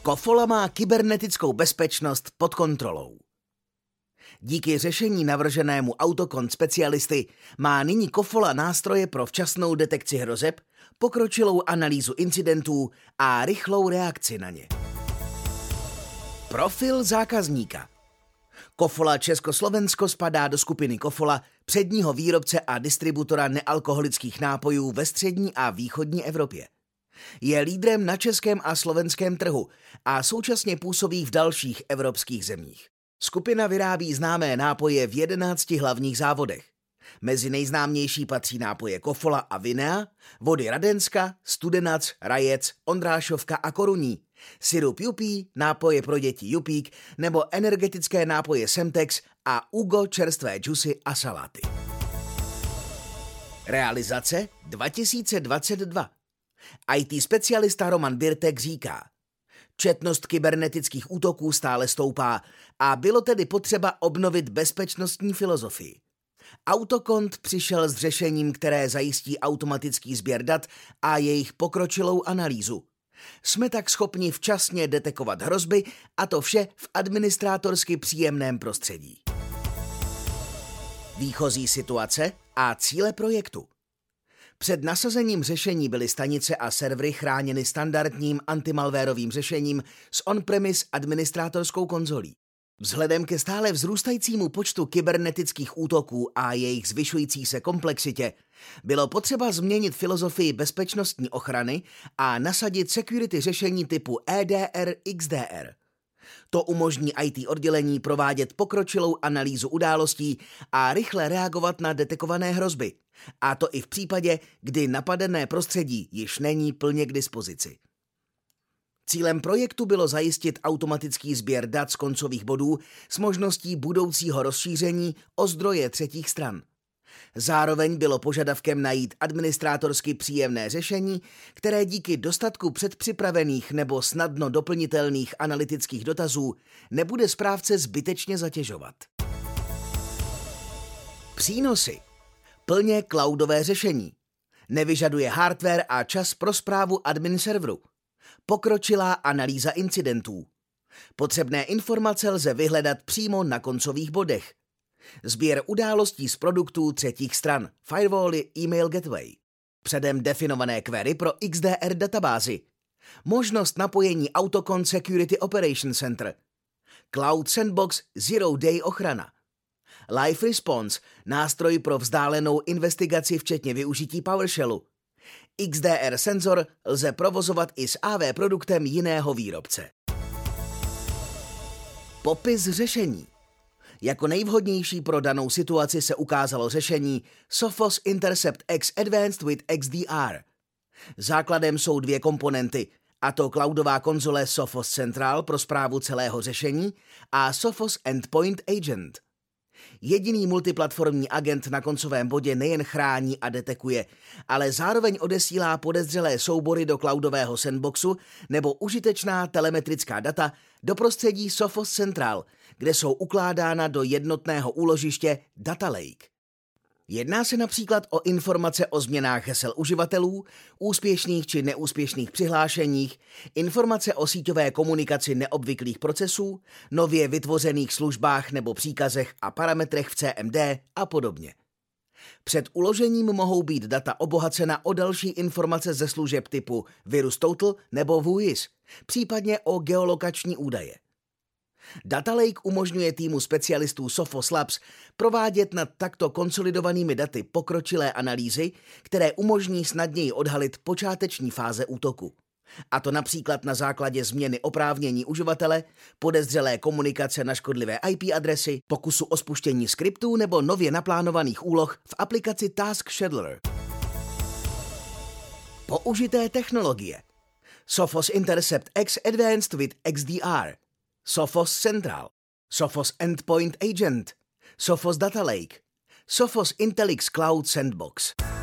Kofola má kybernetickou bezpečnost pod kontrolou. Díky řešení navrženému Autokont specialisty má nyní Kofola nástroje pro včasnou detekci hrozeb, pokročilou analýzu incidentů a rychlou reakci na ně. Profil zákazníka. Kofola Československo spadá do skupiny Kofola, předního výrobce a distributora nealkoholických nápojů ve střední a východní Evropě. Je lídrem na českém a slovenském trhu a současně působí v dalších evropských zemích. Skupina vyrábí známé nápoje v 11 hlavních závodech. Mezi nejznámější patří nápoje Kofola a Vinea, vody Radenska, Studenac, Rajec, Ondrášovka a Koruní, sirup Jupí, nápoje pro děti Jupík nebo energetické nápoje Semtex a Ugo čerstvé džusy a saláty. Realizace 2022. IT specialista Roman Birtek říká: četnost kybernetických útoků stále stoupá a bylo tedy potřeba obnovit bezpečnostní filozofii. Autokont přišel s řešením, které zajistí automatický sběr dat a jejich pokročilou analýzu. Jsme tak schopni včasně detekovat hrozby a to vše v administrátorsky příjemném prostředí. Výchozí situace a cíle projektu. Před nasazením řešení byly stanice a servery chráněny standardním antimalwarovým řešením s on-premise administrátorskou konzolí. Vzhledem ke stále vzrůstajícímu počtu kybernetických útoků a jejich zvyšující se komplexitě bylo potřeba změnit filozofii bezpečnostní ochrany a nasadit security řešení typu EDR XDR. To umožní IT oddělení provádět pokročilou analýzu událostí a rychle reagovat na detekované hrozby. A to i v případě, kdy napadené prostředí již není plně k dispozici. Cílem projektu bylo zajistit automatický sběr dat z koncových bodů s možností budoucího rozšíření o zdroje třetích stran. Zároveň bylo požadavkem najít administrátorsky příjemné řešení, které díky dostatku předpřipravených nebo snadno doplnitelných analytických dotazů nebude správce zbytečně zatěžovat. Přínosy. Plně cloudové řešení. Nevyžaduje hardware a čas pro správu admin serveru. Pokročilá analýza incidentů. Potřebné informace lze vyhledat přímo na koncových bodech. Sběr událostí z produktů třetích stran, firewally, email gateway. Předem definované query pro XDR databázi. Možnost napojení Autokont Security Operation Center. Cloud Sandbox Zero Day ochrana. Live Response, nástroj pro vzdálenou investigaci včetně využití PowerShellu. XDR senzor lze provozovat i s AV produktem jiného výrobce. Popis řešení. Jako nejvhodnější pro danou situaci se ukázalo řešení Sophos Intercept X Advanced with XDR. Základem jsou dvě komponenty, a to cloudová konzole Sophos Central pro správu celého řešení a Sophos Endpoint Agent. Jediný multiplatformní agent na koncovém bodě nejen chrání a detekuje, ale zároveň odesílá podezřelé soubory do cloudového sandboxu nebo užitečná telemetrická data do prostředí Sophos Central, kde jsou ukládána do jednotného úložiště Data Lake. Jedná se například o informace o změnách hesel uživatelů, úspěšných či neúspěšných přihlášeních, informace o síťové komunikaci neobvyklých procesů, nově vytvořených službách nebo příkazech a parametrech v CMD a podobně. Před uložením mohou být data obohacena o další informace ze služeb typu VirusTotal nebo WHOIS, případně o geolokační údaje. Data Lake umožňuje týmu specialistů Sophos Labs provádět nad takto konsolidovanými daty pokročilé analýzy, které umožní snadněji odhalit počáteční fáze útoku. A to například na základě změny oprávnění uživatele, podezřelé komunikace na škodlivé IP adresy, pokusu o spuštění skriptů nebo nově naplánovaných úloh v aplikaci Task Scheduler. Použité technologie. Sophos Intercept X Advanced with XDR. Sophos Central, Sophos Endpoint Agent, Sophos Data Lake, Sophos Intellix Cloud Sandbox.